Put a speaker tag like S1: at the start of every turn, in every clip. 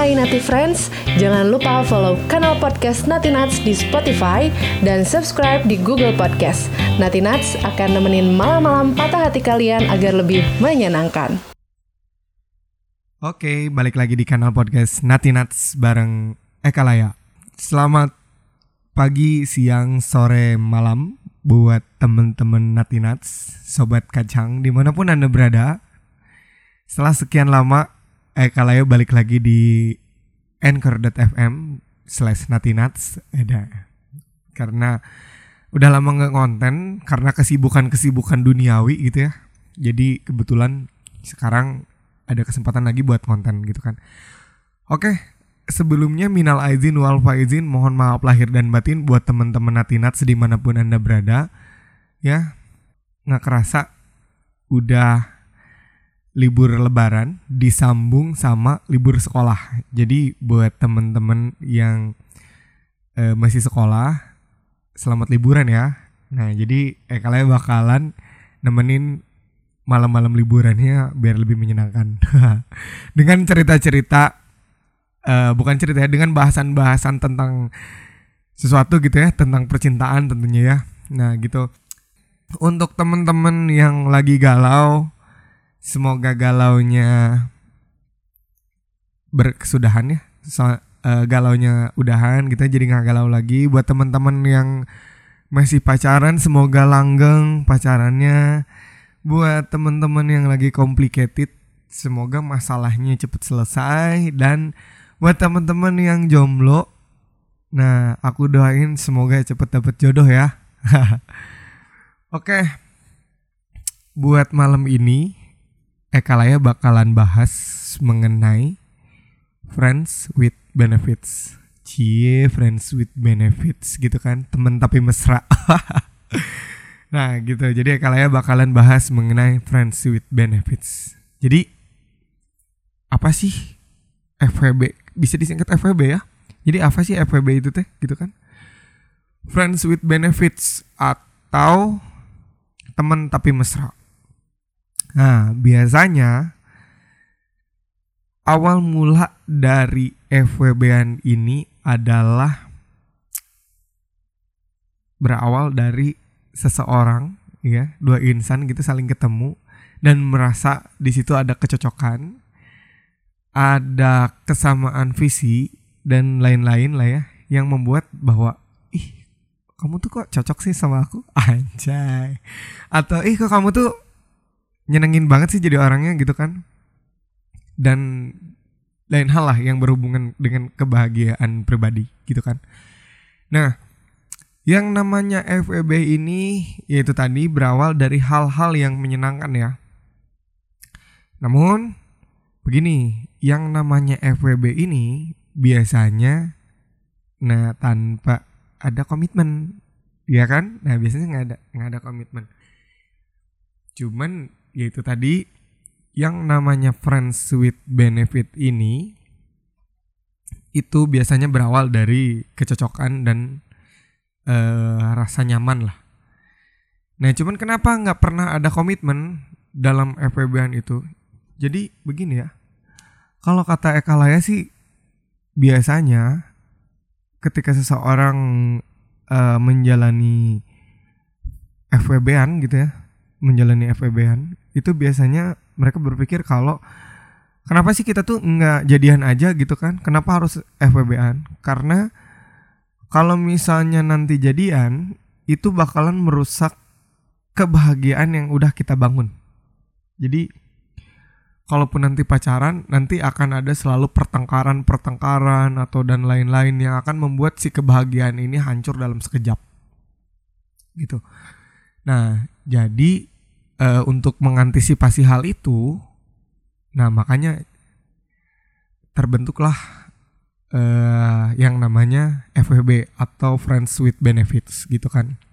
S1: Hai Nati Friends, jangan lupa follow kanal podcast Nati Nuts di Spotify dan subscribe di Google Podcast. Nati Nuts akan nemenin malam-malam patah hati kalian agar lebih menyenangkan.
S2: Oke, balik lagi di kanal podcast Nati Nuts bareng Eka Laya. Selamat pagi, siang, sore, malam buat temen-temen Nati Nuts, sobat kacang dimanapun Anda berada. Setelah sekian lama Eka Laya balik lagi di anchor.fm/natinats karena udah lama nggak konten karena kesibukan duniawi gitu ya. Jadi kebetulan sekarang ada kesempatan lagi buat konten gitu kan. Oke, sebelumnya minal aizin wal faizin, mohon maaf lahir dan batin buat teman-teman Natinats dimanapun Anda berada. Ya, nggak kerasa udah libur lebaran disambung sama libur sekolah. Jadi buat temen-temen yang masih sekolah, selamat liburan ya. Nah jadi kalian bakalan nemenin malam-malam liburannya biar lebih menyenangkan dengan cerita-cerita, bukan cerita ya, dengan bahasan-bahasan tentang sesuatu gitu ya, tentang percintaan tentunya ya. Nah gitu, untuk temen-temen yang lagi galau, semoga galaunya berkesudahan ya. Galaunya udahan, kita jadi gak galau lagi. Buat teman-teman yang masih pacaran, semoga langgeng pacarannya. Buat teman-teman yang lagi complicated, semoga masalahnya cepet selesai. Dan buat teman-teman yang jomblo, nah aku doain semoga cepet dapet jodoh ya. Oke, buat malam ini Eka Laya bakalan bahas mengenai friends with benefits. Friends with benefits gitu kan, temen tapi mesra. Nah gitu, jadi Eka Laya bakalan bahas mengenai friends with benefits. Jadi apa sih FWB? Bisa disingkat FWB ya. Jadi apa sih FWB itu teh gitu kan? Friends with benefits atau temen tapi mesra. Nah, biasanya awal mula dari FWB-an ini adalah berawal dari seseorang ya, dua insan gitu saling ketemu dan merasa di situ ada kecocokan, ada kesamaan visi dan lain-lain lah ya, yang membuat bahwa kamu tuh kok cocok sih sama aku, anjay. Atau kok kamu tuh nyenengin banget sih jadi orangnya gitu kan. Dan lain hal lah yang berhubungan dengan kebahagiaan pribadi gitu kan. Nah, yang namanya FWB ini yaitu tadi berawal dari hal-hal yang menyenangkan ya. Namun begini, yang namanya FWB ini biasanya tanpa ada komitmen, ya kan? Nah biasanya nggak ada komitmen. Cuman yaitu tadi yang namanya friends with benefit ini itu biasanya berawal dari kecocokan dan rasa nyaman lah. Nah cuman kenapa nggak pernah ada komitmen dalam FWB-an itu? Jadi begini ya, kalau kata Eka Laya sih biasanya ketika seseorang menjalani FWB-an gitu ya, menjalani FWB-an itu biasanya mereka berpikir kalau kenapa sih kita tuh nggak jadian aja gitu kan, kenapa harus FWB-an? Karena kalau misalnya nanti jadian itu bakalan merusak kebahagiaan yang udah kita bangun. Jadi kalaupun nanti pacaran, nanti akan ada selalu pertengkaran atau dan lain-lain yang akan membuat si kebahagiaan ini hancur dalam sekejap gitu. Nah jadi untuk mengantisipasi hal itu, nah makanya terbentuklah yang namanya FWB atau Friends with Benefits gitu kan.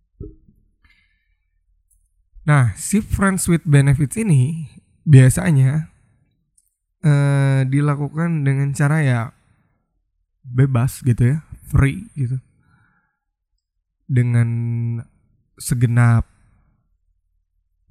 S2: Nah si Friends with Benefits ini biasanya dilakukan dengan cara ya bebas gitu ya, free gitu, dengan segenap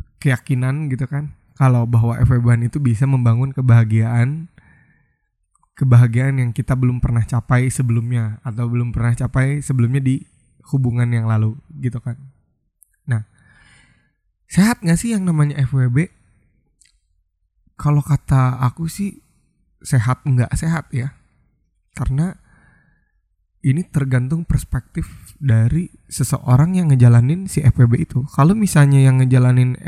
S2: keyakinan gitu kan, kalau bahwa FWB-an itu bisa membangun kebahagiaan kebahagiaan yang kita belum pernah capai sebelumnya atau belum pernah capai sebelumnya di hubungan yang lalu gitu kan. Nah, sehat gak sih yang namanya FWB? Kalau kata aku sih sehat nggak sehat ya, karena ini tergantung perspektif dari seseorang yang ngejalanin si FWB itu. Kalau misalnya yang ngejalanin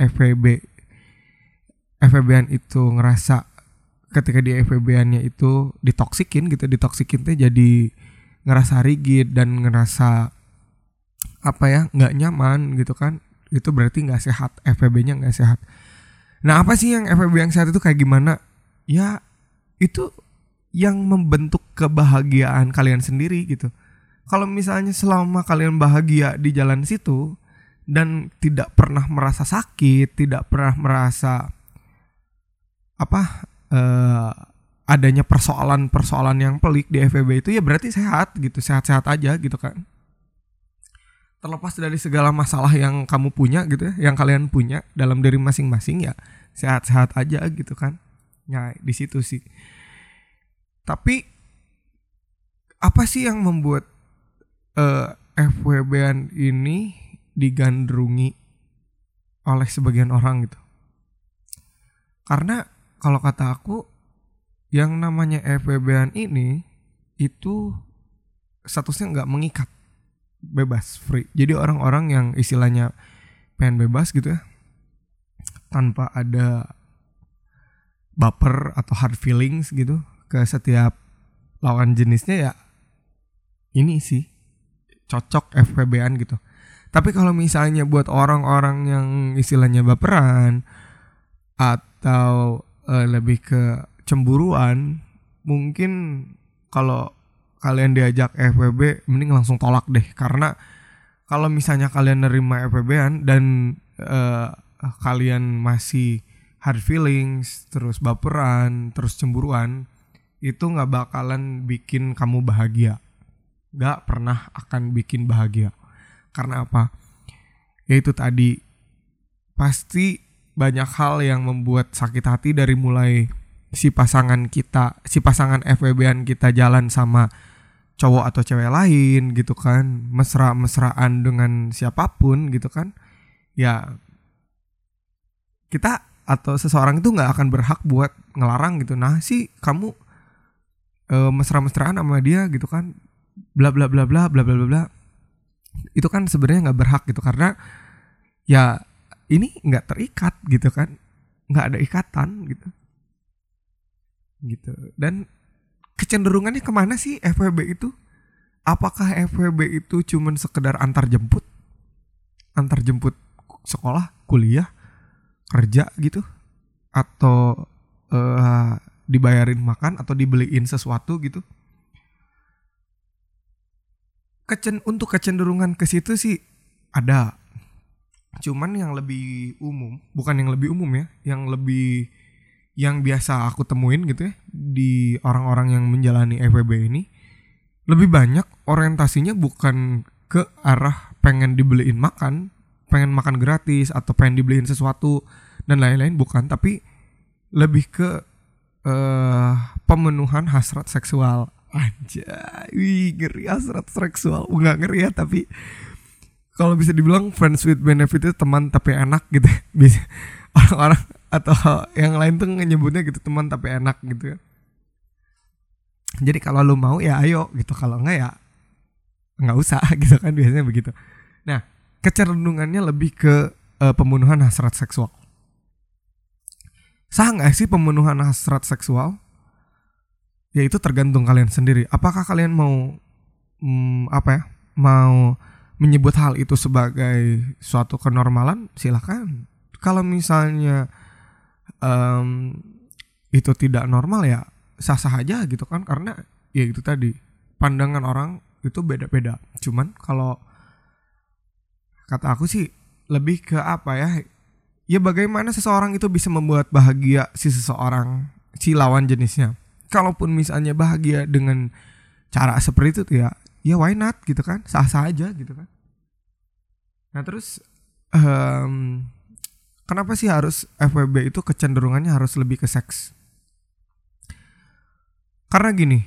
S2: FWB-an itu ngerasa ketika di FWB-annya itu ditoksikin gitu, ditoksikin tuh jadi ngerasa rigid dan ngerasa nggak nyaman gitu kan, itu berarti nggak sehat, FWB-nya nggak sehat. Nah, apa sih yang FWB yang sehat itu kayak gimana? Ya itu yang membentuk kebahagiaan kalian sendiri gitu. Kalau misalnya selama kalian bahagia di jalan situ dan tidak pernah merasa sakit, tidak pernah merasa adanya persoalan-persoalan yang pelik di FWB itu, ya berarti sehat gitu, sehat-sehat aja gitu kan. Terlepas dari segala masalah yang kamu punya gitu ya, yang kalian punya dalam diri masing-masing, ya sehat-sehat aja gitu kan. Ya di situ sih. Tapi apa sih yang membuat FWB-an ini digandrungi oleh sebagian orang gitu? Karena kalau kata aku, yang namanya FWB-an ini itu statusnya nggak mengikat, bebas, free. Jadi orang-orang yang istilahnya pengen bebas gitu ya, tanpa ada baper atau hard feelings gitu ke setiap lawan jenisnya, ya ini sih cocok FWB-an gitu. Tapi kalau misalnya buat orang-orang yang istilahnya baperan atau lebih ke cemburuan, mungkin kalau kalian diajak FWB mending langsung tolak deh. Karena kalau misalnya kalian nerima FWB-an dan kalian masih hard feelings, terus baperan, terus cemburuan, itu gak bakalan bikin kamu bahagia. Gak pernah akan bikin bahagia. Karena apa? Ya itu tadi, pasti banyak hal yang membuat sakit hati, dari mulai si pasangan FWB-an kita jalan sama cowok atau cewek lain gitu kan, mesra-mesraan dengan siapapun gitu kan. Ya kita atau seseorang itu gak akan berhak buat ngelarang gitu. Nah sih kamu mesra-mesraan sama dia gitu kan, bla bla bla bla bla bla bla. Itu kan sebenarnya gak berhak gitu, karena ya ini gak terikat gitu kan, gak ada ikatan gitu. Dan kecenderungannya kemana sih FWB itu? Apakah FWB itu cuman sekedar antar jemput sekolah, kuliah, kerja gitu, atau dibayarin makan atau dibeliin sesuatu gitu? Untuk kecenderungan ke situ sih ada. Cuman yang lebih umum, bukan yang lebih umum ya, yang biasa aku temuin gitu ya di orang-orang yang menjalani FWB ini, lebih banyak orientasinya bukan ke arah pengen dibeliin makan, pengen makan gratis, atau pengen dibeliin sesuatu dan lain-lain, bukan, tapi lebih ke pemenuhan hasrat seksual. Anjay, ngeri hasrat seksual. Enggak ngeri ya, tapi kalau bisa dibilang friends with benefit itu teman tapi enak gitu. Bisa orang-orang atau yang lain tuh nyebutnya gitu, teman tapi enak gitu ya. Jadi kalau lu mau ya ayo gitu, kalau enggak ya enggak usah gitu kan, biasanya begitu. Nah, kecenderungannya lebih ke pemenuhan hasrat seksual. Sah nggak sih pemenuhan hasrat seksual? Ya itu tergantung kalian sendiri. Apakah kalian mau mau menyebut hal itu sebagai suatu kenormalan? Silakan. Kalau misalnya itu tidak normal, ya sah-sah aja gitu kan, karena ya itu tadi, pandangan orang itu beda-beda. Cuman kalau kata aku sih lebih ke ya bagaimana seseorang itu bisa membuat bahagia si lawan jenisnya. Kalaupun misalnya bahagia dengan cara seperti itu ya why not gitu kan, sah-sah aja gitu kan. Nah terus kenapa sih harus FWB itu kecenderungannya harus lebih ke seks? Karena gini,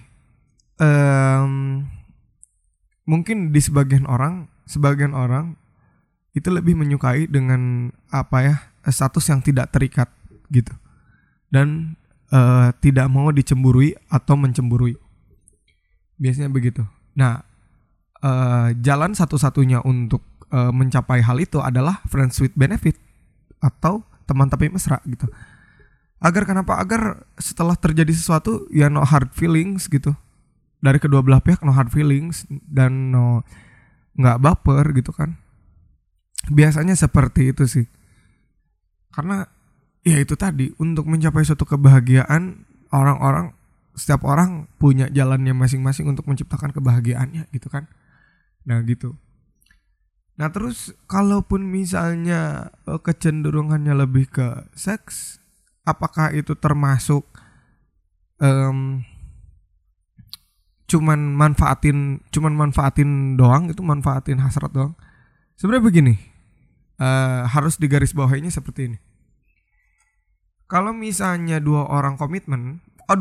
S2: mungkin di sebagian orang itu lebih menyukai dengan status yang tidak terikat gitu, dan tidak mau dicemburui atau mencemburui, biasanya begitu. Nah, jalan satu-satunya untuk mencapai hal itu adalah friends with benefit atau teman tapi mesra gitu. Agar setelah terjadi sesuatu ya no hard feelings gitu. Dari kedua belah pihak no hard feelings dan no nggak baper gitu kan. Biasanya seperti itu sih. Karena ya itu tadi, untuk mencapai suatu kebahagiaan, setiap orang punya jalannya masing-masing untuk menciptakan kebahagiaannya gitu kan. Nah gitu. Nah terus kalaupun misalnya kecenderungannya lebih ke seks, apakah itu termasuk cuman manfaatin doang, itu manfaatin hasrat doang? Sebenarnya begini, harus digarisbawahinya seperti ini. Kalau misalnya dua orang komitmen,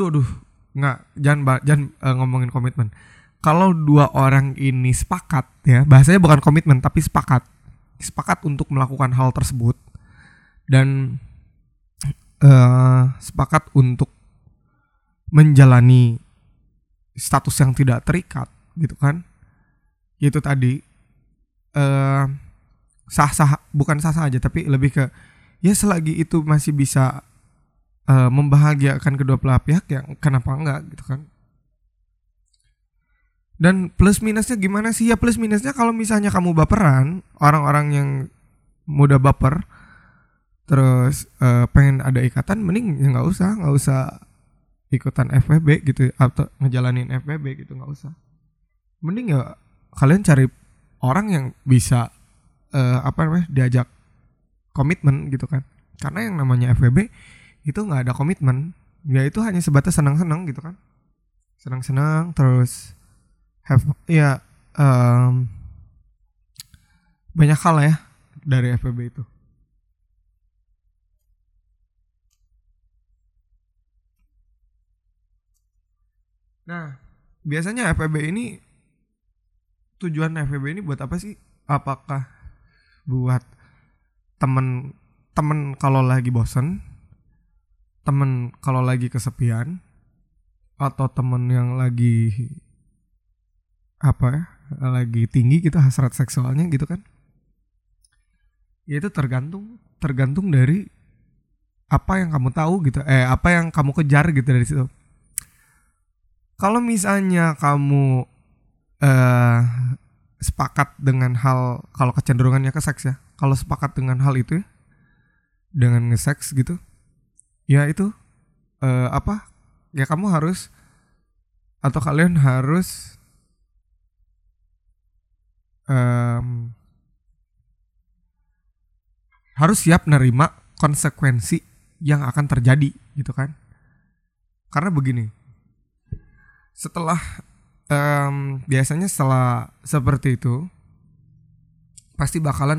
S2: jangan ngomongin komitmen. Kalau dua orang ini sepakat, ya bahasanya bukan komitmen tapi sepakat untuk melakukan hal tersebut dan sepakat untuk menjalani status yang tidak terikat gitu kan, itu tadi bukan sah aja, tapi lebih ke ya selagi itu masih bisa membahagiakan kedua belah pihak, ya kenapa enggak gitu kan. Dan plus minusnya gimana sih? Ya plus minusnya kalau misalnya kamu baperan, orang-orang yang mudah baper terus pengen ada ikatan, mending ya nggak usah ikutan FWB gitu atau ngejalanin FWB gitu, nggak usah. Mending ya kalian cari orang yang bisa diajak komitmen gitu kan. Karena yang namanya FWB itu nggak ada komitmen, ya itu hanya sebatas senang-senang gitu kan, senang-senang terus banyak hal ya dari FWB itu. Nah, biasanya tujuan FWB ini buat apa sih? Apakah buat temen kalau lagi bosen, temen kalau lagi kesepian, atau temen yang lagi lagi tinggi gitu hasrat seksualnya gitu kan? Ya itu tergantung dari apa yang kamu tahu gitu, apa yang kamu kejar gitu dari situ. Kalau misalnya kamu sepakat dengan hal, kalau kecenderungannya ke seks ya, kalau sepakat dengan hal itu ya, dengan nge-seks gitu, ya itu ya kamu harus, atau kalian harus siap nerima konsekuensi yang akan terjadi gitu kan. Karena begini, biasanya setelah seperti itu pasti bakalan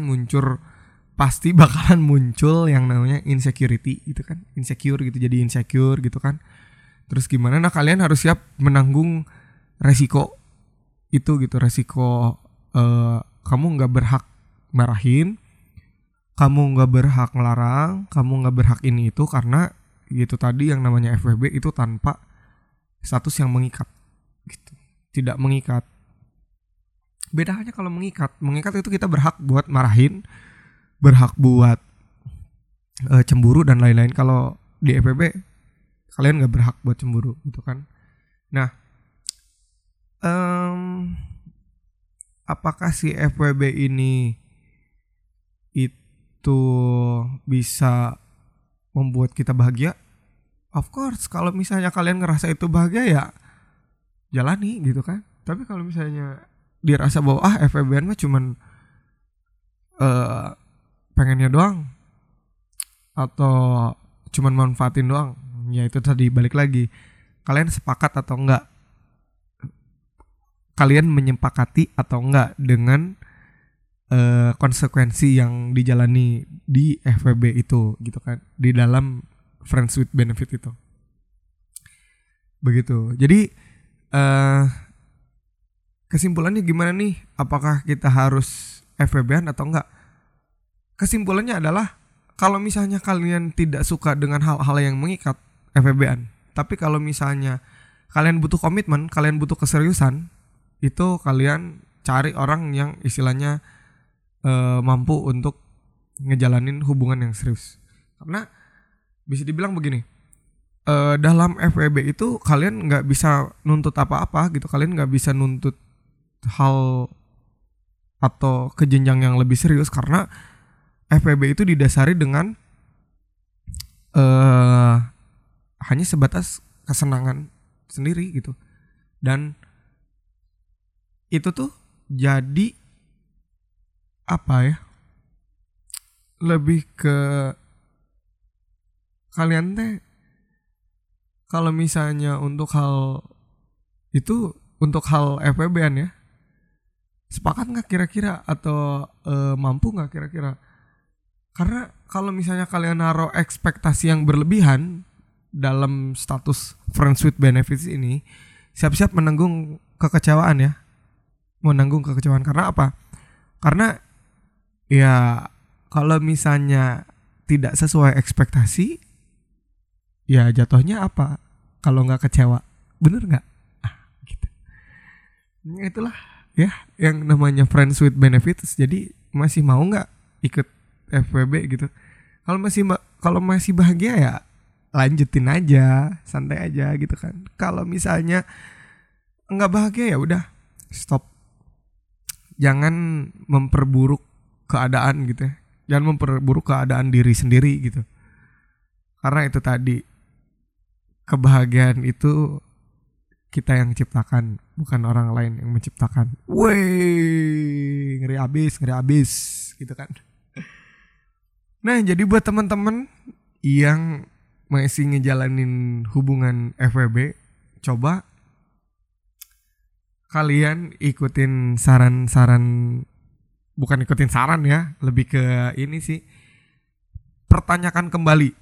S2: muncul yang namanya insecurity gitu kan, insecure gitu kan. Terus gimana? Nah kalian harus siap menanggung resiko itu gitu, resiko kamu nggak berhak marahin, kamu nggak berhak ngelarang, kamu nggak berhak ini itu, karena itu tadi yang namanya FWB itu tanpa status yang mengikat gitu, tidak mengikat. Beda halnya kalau mengikat itu kita berhak buat marahin, berhak buat cemburu dan lain-lain. Kalau di FWB kalian nggak berhak buat cemburu gitu kan. Nah, apakah si FWB ini itu bisa membuat kita bahagia? Of course, kalau misalnya kalian ngerasa itu bahagia ya jalani gitu kan. Tapi kalau misalnya dirasa bahwa FWB-an mah cuman pengennya doang atau cuman manfaatin doang, ya itu tadi balik lagi, kalian sepakat atau enggak, kalian menyepakati atau enggak dengan konsekuensi yang dijalani di FWB itu gitu kan, di dalam friends with benefit itu. Begitu. Jadi kesimpulannya gimana nih? Apakah kita harus FWB-an atau enggak? Kesimpulannya adalah kalau misalnya kalian tidak suka dengan hal-hal yang mengikat, FWB-an. Tapi kalau misalnya kalian butuh komitmen, kalian butuh keseriusan, itu kalian cari orang yang istilahnya mampu untuk ngejalanin hubungan yang serius. Karena bisa dibilang begini, dalam FWB itu kalian nggak bisa nuntut apa-apa gitu, kalian nggak bisa nuntut hal atau ke jenjang yang lebih serius karena FWB itu didasari dengan hanya sebatas kesenangan sendiri gitu. Dan itu tuh jadi apa ya, lebih ke kalian teh kalau misalnya untuk hal itu, untuk hal FWB-an ya, sepakat nggak kira-kira atau mampu nggak kira-kira? Karena kalau misalnya kalian naruh ekspektasi yang berlebihan dalam status friends with benefits ini, siap-siap menanggung kekecewaan ya, menanggung kekecewaan. Karena apa? Karena ya kalau misalnya tidak sesuai ekspektasi, ya jatuhnya apa? Kalau nggak kecewa, bener nggak? Gitu. Itulah ya yang namanya friends with benefits. Jadi masih mau nggak ikut FWB gitu? Kalau masih bahagia ya lanjutin aja, santai aja gitu kan. Kalau misalnya nggak bahagia ya udah stop. Jangan memperburuk keadaan gitu ya. Jangan memperburuk keadaan diri sendiri gitu. Karena itu tadi, kebahagiaan itu kita yang ciptakan, bukan orang lain yang menciptakan. Wey, ngeri abis gitu kan. Nah, jadi buat teman-teman yang masih ngejalanin hubungan FWB, coba kalian ikutin saran-saran, bukan ikutin saran ya, lebih ke ini sih, pertanyakan kembali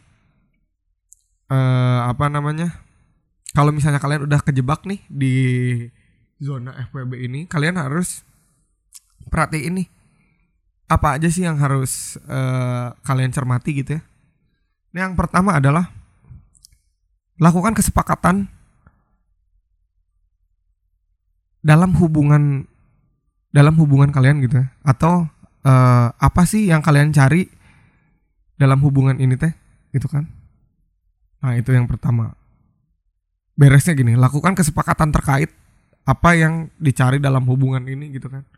S2: kalau misalnya kalian udah kejebak nih di zona FWB ini, kalian harus perhatiin nih apa aja sih yang harus kalian cermati gitu ya. Ini yang pertama adalah lakukan kesepakatan dalam hubungan kalian gitu ya. Atau apa sih yang kalian cari dalam hubungan ini teh gitu kan. Nah itu yang pertama. Beresnya gini, lakukan kesepakatan terkait apa yang dicari dalam hubungan ini gitu kan.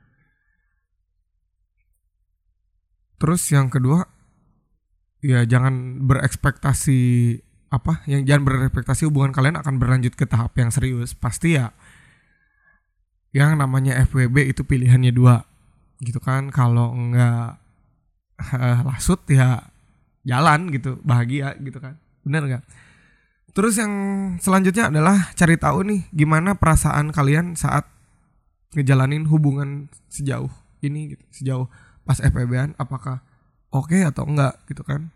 S2: Terus yang kedua, ya jangan berekspektasi jangan berekspektasi hubungan kalian akan berlanjut ke tahap yang serius. Pasti ya yang namanya FWB itu pilihannya 2 gitu kan. Kalau enggak lasut ya jalan gitu, bahagia gitu kan. Bener gak? Terus yang selanjutnya adalah cari tahu nih gimana perasaan kalian saat ngejalanin hubungan sejauh ini gitu, sejauh pas FWB-an, apakah oke atau enggak gitu kan.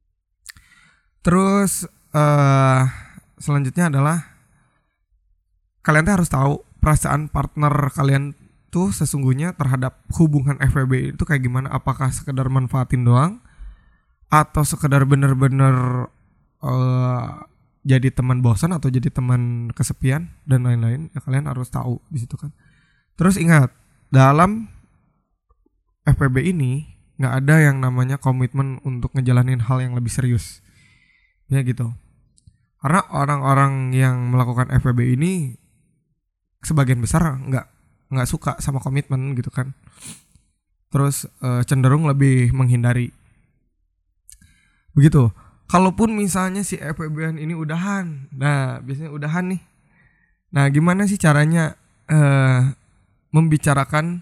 S2: Terus selanjutnya adalah kalian tuh harus tahu perasaan partner kalian tuh sesungguhnya terhadap hubungan FWB itu kayak gimana. Apakah sekedar manfaatin doang atau sekedar bener-bener jadi teman bosan atau jadi teman kesepian dan lain-lain. Ya kalian harus tahu di situ kan. Terus ingat, dalam FWB ini nggak ada yang namanya komitmen untuk ngejalanin hal yang lebih serius. Ya gitu. Karena orang-orang yang melakukan FWB ini sebagian besar nggak suka sama komitmen gitu kan. Terus cenderung lebih menghindari. Begitu. Kalaupun misalnya si FWB-an ini udahan, nah biasanya udahan nih. Nah gimana sih caranya membicarakan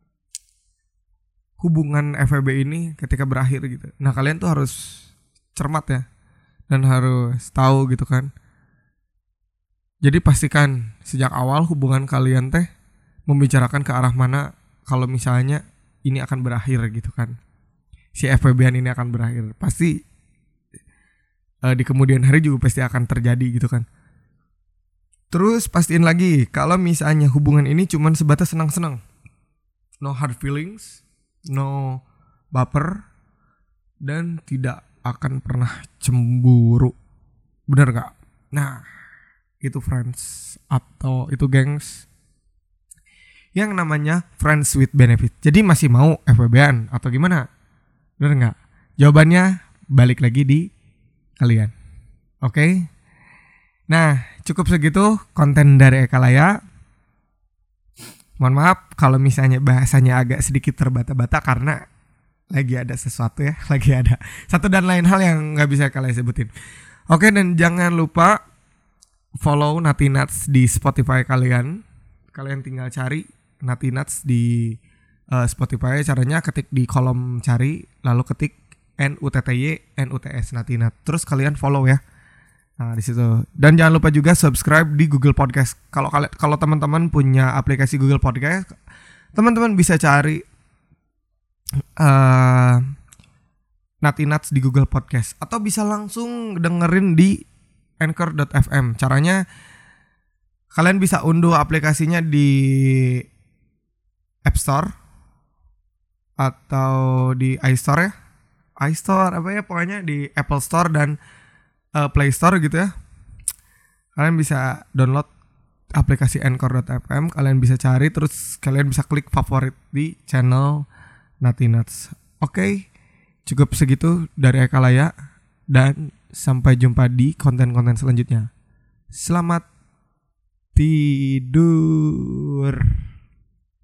S2: hubungan FWB ini ketika berakhir gitu. Nah kalian tuh harus cermat ya, dan harus tahu gitu kan. Jadi pastikan sejak awal hubungan kalian teh membicarakan ke arah mana kalau misalnya ini akan berakhir gitu kan. Si FWB-an ini akan berakhir. Pasti di kemudian hari juga pasti akan terjadi gitu kan. Terus pastiin lagi kalau misalnya hubungan ini cuman sebatas senang-senang. No hard feelings, no baper, dan tidak akan pernah cemburu. Bener gak? Nah, itu friends atau itu gengs yang namanya friends with benefit. Jadi masih mau FWB-an atau gimana? Bener gak? Jawabannya balik lagi di kalian. Oke? Nah, cukup segitu konten dari Ekalaya. Mohon maaf kalau misalnya bahasanya agak sedikit terbata-bata karena lagi ada sesuatu ya. Lagi ada satu dan lain hal yang gak bisa kalian sebutin. Oke, dan jangan lupa follow Natinats di Spotify kalian. Kalian tinggal cari Natinats di Spotify. Caranya ketik di kolom cari, lalu ketik NUTTY NUTS Natinat. Terus kalian follow ya. Nah, di situ. Dan jangan lupa juga subscribe di Google Podcast. Kalau teman-teman punya aplikasi Google Podcast, teman-teman bisa cari Natinats di Google Podcast atau bisa langsung dengerin di Anchor.fm. Caranya kalian bisa unduh aplikasinya di App Store atau di iStore ya. iStore apa ya, pokoknya di Apple Store dan Play Store gitu ya. Kalian bisa download aplikasi Anchor.fm, kalian bisa cari, terus kalian bisa klik favorit di channel Natinats. Oke, cukup segitu dari Ekalaya dan sampai jumpa di konten-konten selanjutnya. Selamat tidur.